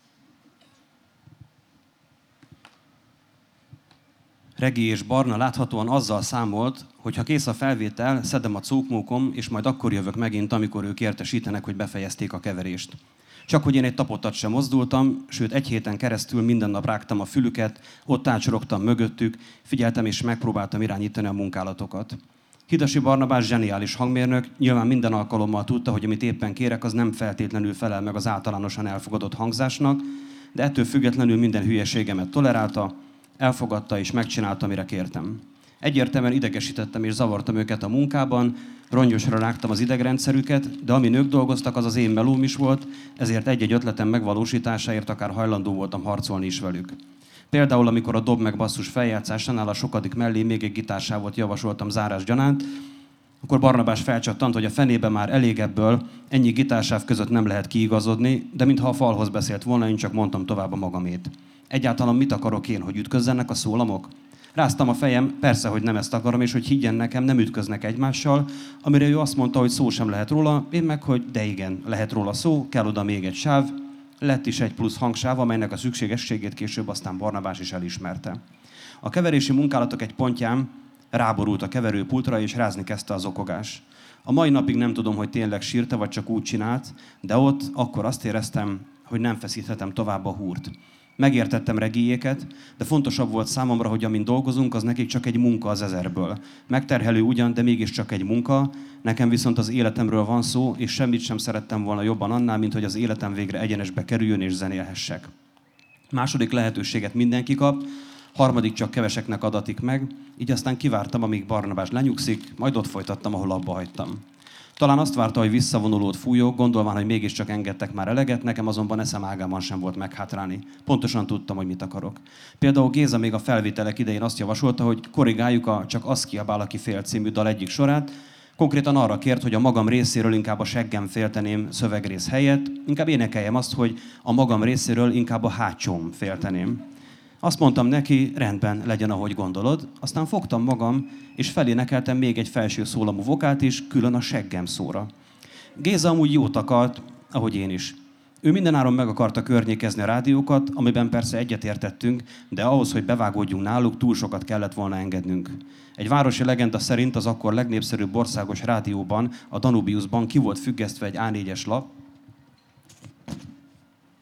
Regi és Barna láthatóan azzal számolt, hogy ha kész a felvétel, szedem a cókmókom, és majd akkor jövök megint, amikor ők értesítenek, hogy befejezték a keverést. Csak hogy én egy tapottat sem mozdultam, sőt egy héten keresztül minden nap rágtam a fülüket, ott ácsorogtam mögöttük, figyeltem és megpróbáltam irányítani a munkálatokat. Hidasi Barnabás zseniális hangmérnök, nyilván minden alkalommal tudta, hogy amit éppen kérek, az nem feltétlenül felel meg az általánosan elfogadott hangzásnak, de ettől függetlenül minden hülyeségemet tolerálta, elfogadta és megcsinálta, amire kértem. Egyértelműen idegesítettem és zavartam őket a munkában, rongyosra rágtam az idegrendszerüket, de ami nők dolgoztak, az az én melóm is volt, ezért egy-egy ötletem megvalósításáért akár hajlandó voltam harcolni is velük. Például, amikor a dob meg basszus feljátszásánál a sokadik mellé még egy gitársávot javasoltam zárás gyanánt, akkor Barnabás felcsattant, hogy a fenébe már elég ebből, ennyi gitársáv között nem lehet kiigazodni, de mintha a falhoz beszélt volna, én csak mondtam tovább a magamét. Egyáltalán mit akarok én, hogy ütközzenek a szólamok? Ráztam a fejem, persze, hogy nem ezt akarom, és hogy higgyen nekem, nem ütköznek egymással, amire ő azt mondta, hogy szó sem lehet róla, én meg, hogy de igen, lehet róla szó, kell oda még egy sáv. Lett is egy plusz hangsáv, amelynek a szükségességét később aztán Barnabás is elismerte. A keverési munkálatok egy pontján ráborult a keverőpultra, és rázni kezdte az okogás. A mai napig nem tudom, hogy tényleg sírta, vagy csak úgy csinált, de ott akkor azt éreztem, hogy nem feszíthetem tovább a húrt. Megértettem Regijéket, de fontosabb volt számomra, hogy amin dolgozunk, az nekik csak egy munka az ezerből. Megterhelő ugyan, de mégiscsak egy munka, nekem viszont az életemről van szó, és semmit sem szerettem volna jobban annál, mint hogy az életem végre egyenesbe kerüljön és zenélhessek. Második lehetőséget mindenki kap, harmadik csak keveseknek adatik meg, így aztán kivártam, amíg Barnabás lenyugszik, majd ott folytattam, ahol abba hagytam. Talán azt várta, hogy visszavonulót fújok, gondolván, hogy mégiscsak engedtek már eleget, nekem azonban eszem ágában sem volt meghátrálni. Pontosan tudtam, hogy mit akarok. Például Géza még a felvételek idején azt javasolta, hogy korrigáljuk a Csak az kiabál, aki fél című dal egyik sorát. Konkrétan arra kért, hogy a magam részéről inkább a seggem félteném szövegrész helyett, inkább énekeljem azt, hogy a magam részéről inkább a hátsóm félteném. Azt mondtam neki, rendben, legyen, ahogy gondolod, aztán fogtam magam, és felénekeltem még egy felső szólamú vokált is, külön a seggem szóra. Géza amúgy jót akart, ahogy én is. Ő mindenáron meg akarta környékezni a rádiókat, amiben persze egyetértettünk, de ahhoz, hogy bevágódjunk náluk, túl sokat kellett volna engednünk. Egy városi legenda szerint az akkor legnépszerűbb országos rádióban, a Danubiusban ki volt függesztve egy A4-es lap,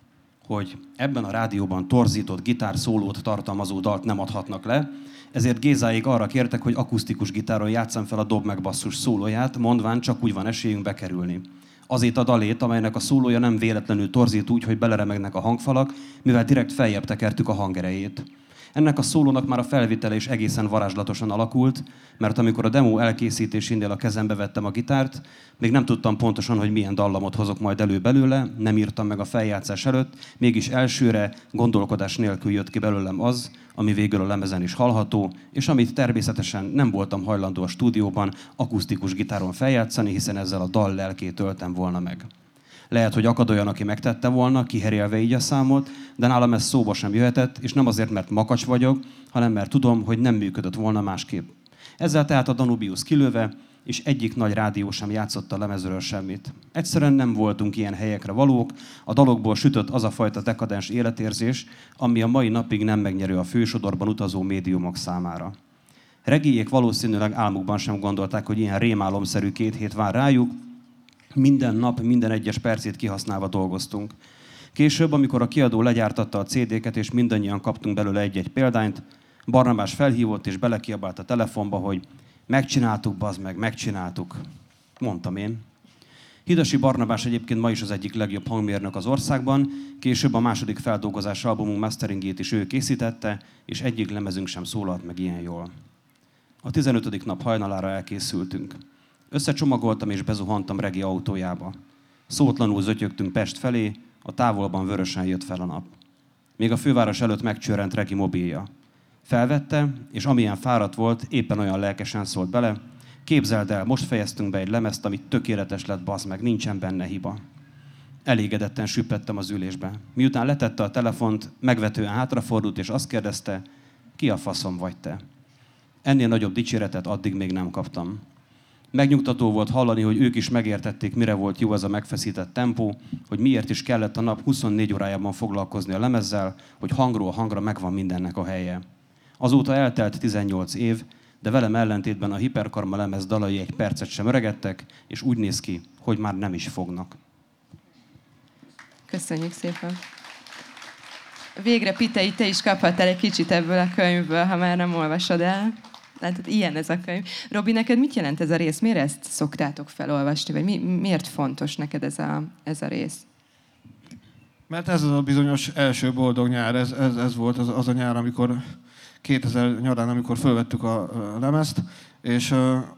hogy ebben a rádióban torzított gitárszólót tartalmazó dalt nem adhatnak le, ezért Gézáig arra kértek, hogy akusztikus gitáron játsszam fel a dob meg basszus szólóját, mondván csak úgy van esélyünk bekerülni. Azért a dalét, amelynek a szólója nem véletlenül torzít úgy, hogy beleremegnek a hangfalak, mivel direkt feljebb tekertük a hangerejét. Ennek a szólónak már a felvitele is egészen varázslatosan alakult, mert amikor a demo elkészítésénél a kezembe vettem a gitárt, még nem tudtam pontosan, hogy milyen dallamot hozok majd elő belőle, nem írtam meg a feljátszás előtt, mégis elsőre gondolkodás nélkül jött ki belőlem az, ami végül a lemezen is hallható, és amit természetesen nem voltam hajlandó a stúdióban akusztikus gitáron feljátszani, hiszen ezzel a dal lelkét öltem volna meg. Lehet, hogy akad olyan, aki megtette volna, kiherélve így a számot, de nálam ez szóba sem jöhetett, és nem azért, mert makacs vagyok, hanem mert tudom, hogy nem működött volna másképp. Ezzel tehát a Danubius kilőve, és egyik nagy rádió sem játszott a lemezről semmit. Egyszerűen nem voltunk ilyen helyekre valók, a dalokból sütött az a fajta dekadens életérzés, ami a mai napig nem megnyerő a fősodorban utazó médiumok számára. Regélyék valószínűleg álmukban sem gondolták, hogy ilyen rémálomszerű 2 hét vár rájuk, minden nap, minden egyes percét kihasználva dolgoztunk. Később, amikor a kiadó legyártatta a CD-ket, és mindannyian kaptunk belőle egy-egy példányt, Barnabás felhívott és belekiabált a telefonba, hogy megcsináltuk, bazd meg, megcsináltuk. Mondtam én. Hidasi Barnabás egyébként ma is az egyik legjobb hangmérnök az országban, később a második feldolgozás albumunk masteringét is ő készítette, és egyik lemezünk sem szólalt meg ilyen jól. A 15. nap hajnalára elkészültünk. Összecsomagoltam és bezuhantam Regi autójába. Szótlanul zötyögtünk Pest felé, a távolban vörösen jött fel a nap. Még a főváros előtt megcsörrent Regi mobilja. Felvette, és amilyen fáradt volt, éppen olyan lelkesen szólt bele, képzeld el, most fejeztünk be egy lemezt, amit tökéletes lett, bazd meg, nincsen benne hiba. Elégedetten süppettem az ülésbe. Miután letette a telefont, megvetően hátrafordult, és azt kérdezte, ki a faszom vagy te? Ennél nagyobb dicséretet addig még nem kaptam. Megnyugtató volt hallani, hogy ők is megértették, mire volt jó az a megfeszített tempó, hogy miért is kellett a nap 24 órájában foglalkozni a lemezzel, hogy hangról hangra megvan mindennek a helye. Azóta eltelt 18 év, de velem ellentétben a Hiperkarma lemez dalai egy percet sem öregedtek, és úgy néz ki, hogy már nem is fognak. Köszönjük szépen. Végre, Pitei, te is kaphattál egy kicsit ebből a könyvből, ha már nem olvasod el. Látod, ilyen ez a könyv. Robi, neked mit jelent ez a rész? Miért ezt szoktátok felolvasni? Vagy miért fontos neked ez a rész? Mert ez az a bizonyos első boldog nyár, ez volt az a nyár, amikor 2000 nyarán, amikor fölvettük a lemezt, és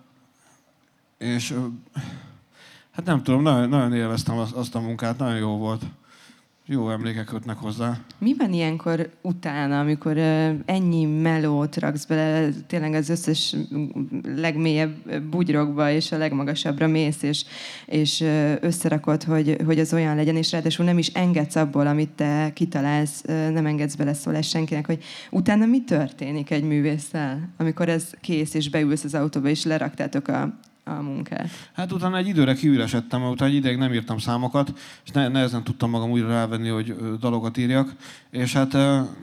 hát nem tudom, nagyon élveztem azt a munkát, nagyon jó volt. Jó emlékek kötnek hozzá. Mi van ilyenkor utána, amikor ennyi melót raksz bele, tényleg az összes legmélyebb bugyrokba és a legmagasabbra mész, és összerakod, hogy az olyan legyen, és ráadásul nem is engedsz abból, amit te kitalálsz, nem engedsz beleszólás senkinek, hogy utána mi történik egy művésszel, amikor ez kész, és beülsz az autóba, és leraktátok a munkát? Hát utána egy időre kiüresedtem, utána egy ideig nem írtam számokat, és nehezen tudtam magam újra rávenni, hogy dalokat írjak, és hát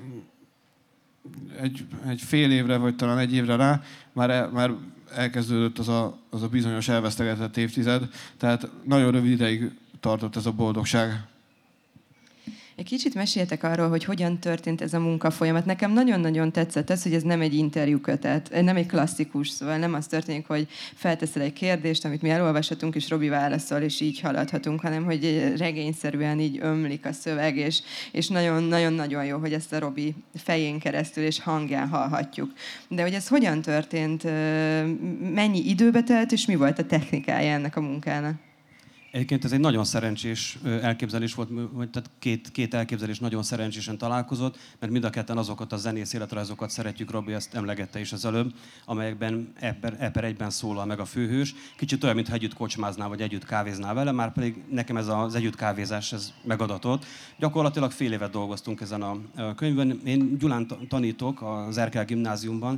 egy fél évre, vagy talán egy évre rá már elkezdődött az a bizonyos elvesztegetett évtized, tehát nagyon rövid ideig tartott ez a boldogság. Egy kicsit meséltek arról, hogy hogyan történt ez a munkafolyamat. Nekem nagyon-nagyon tetszett az, hogy ez nem egy interjúkötet, nem egy klasszikus, szóval nem az történik, hogy felteszel egy kérdést, amit mi elolvashatunk, és Robi válaszol, és így haladhatunk, hanem hogy regényszerűen így ömlik a szöveg, és nagyon-nagyon jó, hogy ezt a Robi fején keresztül és hangján hallhatjuk. De hogy ez hogyan történt, mennyi időbe telt, és mi volt a technikája ennek a munkának? Egyébként ez egy nagyon szerencsés elképzelés volt, tehát két elképzelés nagyon szerencsésen találkozott, mert mind a ketten azokat a zenész életrajzokat szeretjük, Robi ezt emlegette is az előbb, amelyekben per egyben szólal meg a főhős. Kicsit olyan, mintha együtt kocsmáznál, vagy együtt kávéznál vele, már pedig nekem ez az együtt kávézás ez megadatott. Gyakorlatilag fél évet dolgoztunk ezen a könyvben. Én Gyulán tanítok az Erkel gimnáziumban,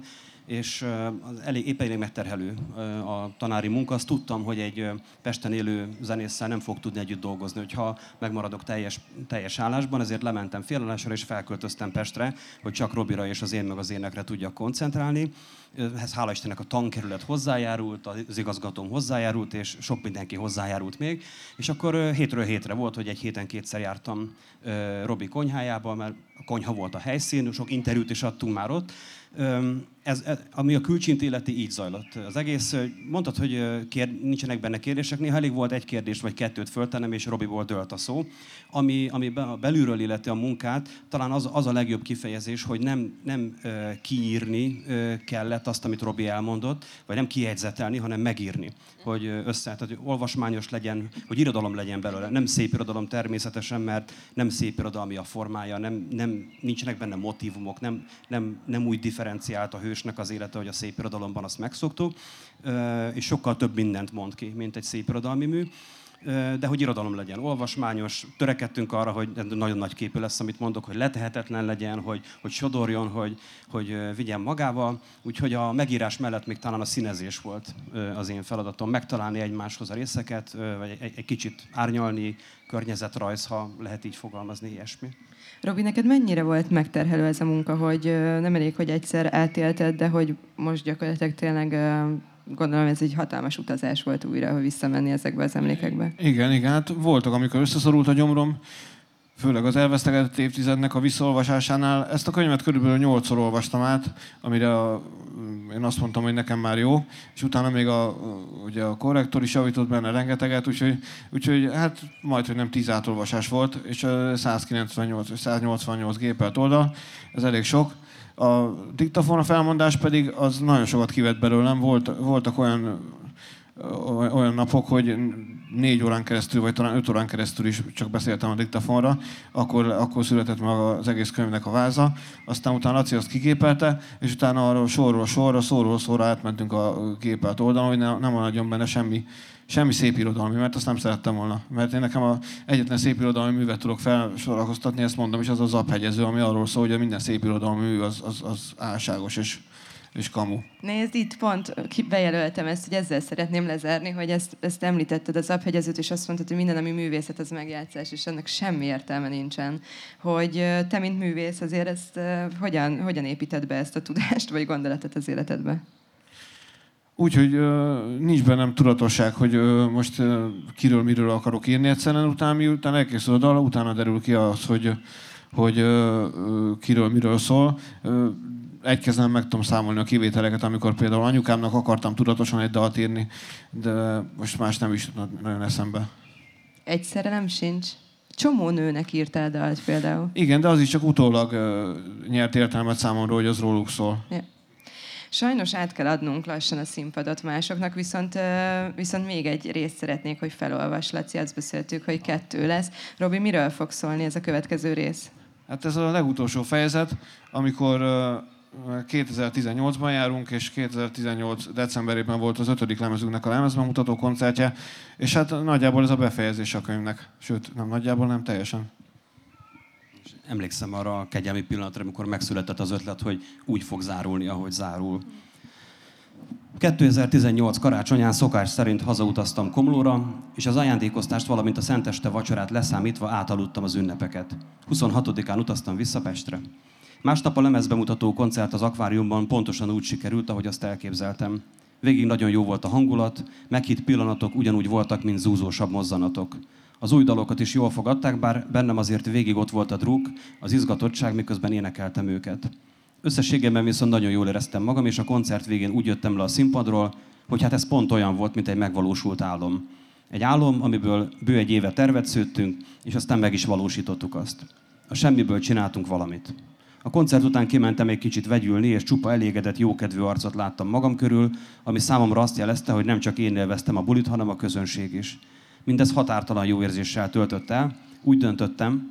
és épp elég megterhelő a tanári munka. Azt tudtam, hogy egy Pesten élő zenésszel nem fog tudni együtt dolgozni, hogyha megmaradok teljes állásban, ezért lementem félállásra és felköltöztem Pestre, hogy csak Robira és az én meg az énekre tudjak koncentrálni. Ehhez hála Istennek a tankerület hozzájárult, az igazgatóm hozzájárult, és sok mindenki hozzájárult még. És akkor hétről hétre volt, hogy egy héten kétszer jártam Robi konyhájába, mert a konyha volt a helyszín, sok interjút is adtunk már ott. Ami a külcsint illeti, így zajlott az egész. Mondtad, hogy nincsenek benne kérdések, néha elég volt egy kérdést vagy kettőt föltennem, és Robiból dőlt a szó. Ami belülről illeti a munkát, talán az a legjobb kifejezés, hogy nem kiírni kellett azt, amit Robi elmondott, vagy nem kijegyzetelni, hanem megírni. Tehát olvasmányos legyen, hogy irodalom legyen belőle. Nem szép irodalom természetesen, mert nem szép irodalmi a formája, nincsenek benne motívumok, nem úgy differenciált a hősnek az élete, hogy a szép irodalomban azt megszoktuk, és sokkal több mindent mond ki, mint egy szép irodalmi mű. De hogy irodalom legyen olvasmányos, törekedtünk arra, hogy nagyon nagy képű lesz, amit mondok, hogy letehetetlen legyen, hogy sodorjon, hogy vigyen magával. Úgyhogy a megírás mellett még talán a színezés volt az én feladatom, megtalálni egymáshoz a részeket, vagy egy kicsit árnyalni, környezetrajz, ha lehet így fogalmazni, ilyesmi. Robi, neked mennyire volt megterhelő ez a munka, hogy nem elég, hogy egyszer átélted, de hogy most gyakorlatilag tényleg gondolom ez egy hatalmas utazás volt újra, hogy visszamenni ezekbe az emlékekbe. Igen, hát voltak, amikor összeszorult a gyomrom, főleg az elvesztegetett évtizednek a visszaolvasásánál. Ezt a könyvet körülbelül 8-szor olvastam át, amire én azt mondtam, hogy nekem már jó, és utána még ugye a korrektor is javított benne rengeteget, úgyhogy hát majd, hogy nem 10 átolvasás volt, és 188 gépelt oldal, ez elég sok. A diktafon felmondás pedig az nagyon sokat kivett belőlem, voltak olyan napok, hogy 4 órán keresztül, vagy talán 5 órán keresztül is csak beszéltem a diktafonra, akkor született meg az egész könyvnek a váza, aztán utána Laci azt kigépelte, és utána arról sorról sorra, szóról szóra átmentünk a gépelt oldalon, hogy nem maradjon benne semmi szép irodalmi, mert azt nem szerettem volna. Mert én nekem egyetlen szép irodalmi művet tudok felsorakoztatni, ezt mondom, és az a Zaphegyező, ami arról szól, hogy minden szép irodalmi mű az álságos és kamu. Nézd, itt pont bejelöltem ezt, hogy ezzel szeretném lezárni, hogy ezt említetted, az Zaphegyezőt, és azt mondtad, hogy minden, ami művészet, az megjátszás, és ennek semmi értelme nincsen. Hogy te, mint művész, azért ezt hogyan építed be ezt a tudást, vagy gondolatot az életedbe? Úgyhogy nincs bennem tudatosság, hogy most miről akarok írni egyszerűen, utána elkészül a dal, utána derül ki az, hogy kiről miről szól. Egy kezem meg tudom számolni a kivételeket, amikor például anyukámnak akartam tudatosan egy dalt írni, de most más nem is nagyon eszembe. Egy szerelem sincs? Csomó nőnek írtál dalt például. Igen, de az is csak utólag nyert értelmet számomra, hogy az róluk szól. Ja. Sajnos át kell adnunk lassan a színpadot másoknak, viszont még egy részt szeretnék, hogy felolvas, Laci, azt beszéltük, hogy 2 lesz. Robi, miről fog szólni ez a következő rész? Hát ez a legutolsó fejezet, amikor 2018-ban járunk, és 2018 decemberében volt az 5. lemezünknek a lemezbemutató koncertje, és hát nagyjából ez a befejezés a könyvnek. Sőt, nem nagyjából, nem teljesen. Emlékszem arra a kegyelmi pillanatra, amikor megszületett az ötlet, hogy úgy fog zárulni, ahogy zárul. 2018 karácsonyán szokás szerint hazautaztam Komlóra, és az ajándékoztást, valamint a szenteste vacsorát leszámítva átaludtam az ünnepeket. 26-án utaztam vissza Pestre. Másnap a lemezbemutató koncert az akváriumban pontosan úgy sikerült, ahogy azt elképzeltem. Végig nagyon jó volt a hangulat, meghitt pillanatok ugyanúgy voltak, mint zúzósabb mozzanatok. Az új dalokat is jól fogadták, bár bennem azért végig ott volt a druk, az izgatottság, miközben énekeltem őket. Összességében viszont nagyon jól éreztem magam, és a koncert végén úgy jöttem le a színpadról, hogy hát ez pont olyan volt, mint egy megvalósult álom. Egy álom, amiből bő egy éve tervet szőttünk, és aztán meg is valósítottuk azt. A semmiből csináltunk valamit. A koncert után kimentem egy kicsit vegyülni, és csupa elégedett, jókedvű arcot láttam magam körül, ami számomra azt jelezte, hogy nem csak én élveztem a bulit, hanem a közönség is. Mindez határtalan jó érzéssel töltött el. Úgy döntöttem,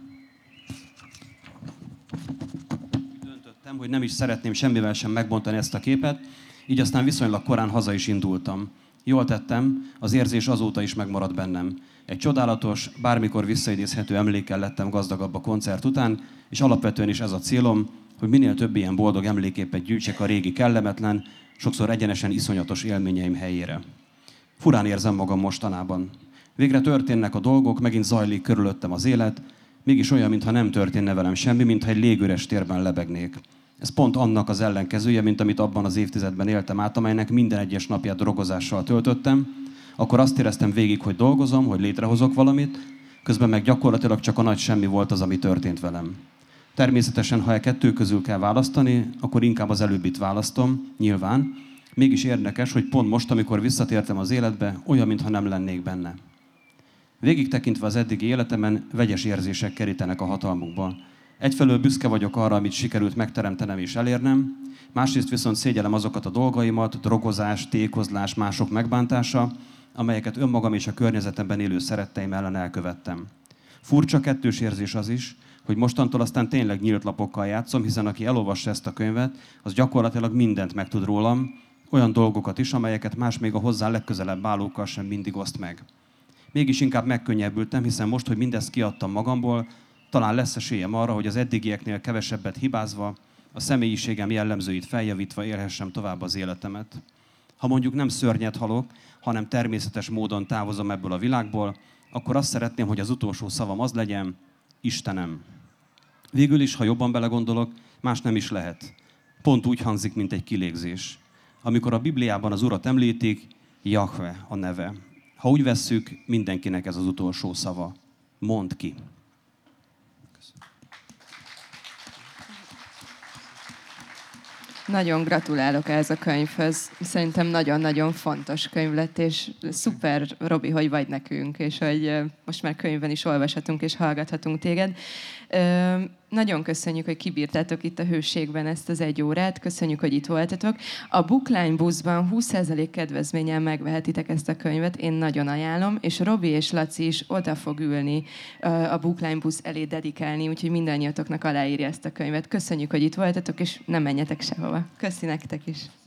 hogy nem is szeretném semmivel sem megbontani ezt a képet, így aztán viszonylag korán haza is indultam. Jól tettem, az érzés azóta is megmaradt bennem. Egy csodálatos, bármikor visszaidézhető emlékkel lettem gazdagabb a koncert után, és alapvetően is ez a célom, hogy minél több ilyen boldog emléképet gyűjtsek a régi kellemetlen, sokszor egyenesen iszonyatos élményeim helyére. Furán érzem magam mostanában. Végre történnek a dolgok, megint zajlik körülöttem az élet, mégis olyan, mintha nem történne velem semmi, mintha egy légüres térben lebegnék. Ez pont annak az ellenkezője, mint amit abban az évtizedben éltem át, amelynek minden egyes napját drogozással töltöttem. Akkor azt éreztem végig, hogy dolgozom, hogy létrehozok valamit, közben meg gyakorlatilag csak a nagy semmi volt az, ami történt velem. Természetesen, ha kettő közül kell választani, akkor inkább az előbbit választom, nyilván. Mégis érdekes, hogy pont most, amikor visszatértem az életbe, olyan, mintha nem lennék benne. Végig tekintve az eddigi életemen vegyes érzések kerítenek a hatalmukba. Egyfelől büszke vagyok arra, amit sikerült megteremtenem és elérnem, másrészt viszont szégyellem azokat a dolgaimat, drogozás, tékozlás, mások megbántása, amelyeket önmagam és a környezetemben élő szeretteim ellen elkövettem. Furcsa kettős érzés az is, hogy mostantól aztán tényleg nyílt lapokkal játszom, hiszen aki elolvassa ezt a könyvet, az gyakorlatilag mindent megtud rólam, olyan dolgokat is, amelyeket más még a hozzá legközelebb állókkal sem mindig oszt meg. Mégis inkább megkönnyebbültem, hiszen most, hogy mindezt kiadtam magamból, talán lesz esélyem arra, hogy az eddigieknél kevesebbet hibázva, a személyiségem jellemzőit feljavítva élhessem tovább az életemet. Ha mondjuk nem szörnyet halok, hanem természetes módon távozom ebből a világból, akkor azt szeretném, hogy az utolsó szavam az legyen, Istenem. Végül is, ha jobban belegondolok, más nem is lehet. Pont úgy hangzik, mint egy kilégzés. Amikor a Bibliában az Urat említik, Jahve a neve. Ha úgy vesszük, mindenkinek ez az utolsó szava. Mondd ki. Nagyon gratulálok ehhez a könyvhöz. Szerintem nagyon-nagyon fontos könyv lett, és szuper, Robi, hogy vagy nekünk, és hogy most már könyvben is olvashatunk és hallgathatunk téged. Nagyon köszönjük, hogy kibírtátok itt a hőségben ezt az 1 órát. Köszönjük, hogy itt voltatok. A Bookline buszban 20% kedvezménnyel megvehetitek ezt a könyvet. Én nagyon ajánlom, és Robi és Laci is oda fog ülni a Bookline busz elé dedikálni, úgyhogy mindannyiatoknak aláírja ezt a könyvet. Köszönjük, hogy itt voltatok, és nem menjetek sehova. Köszi nektek is.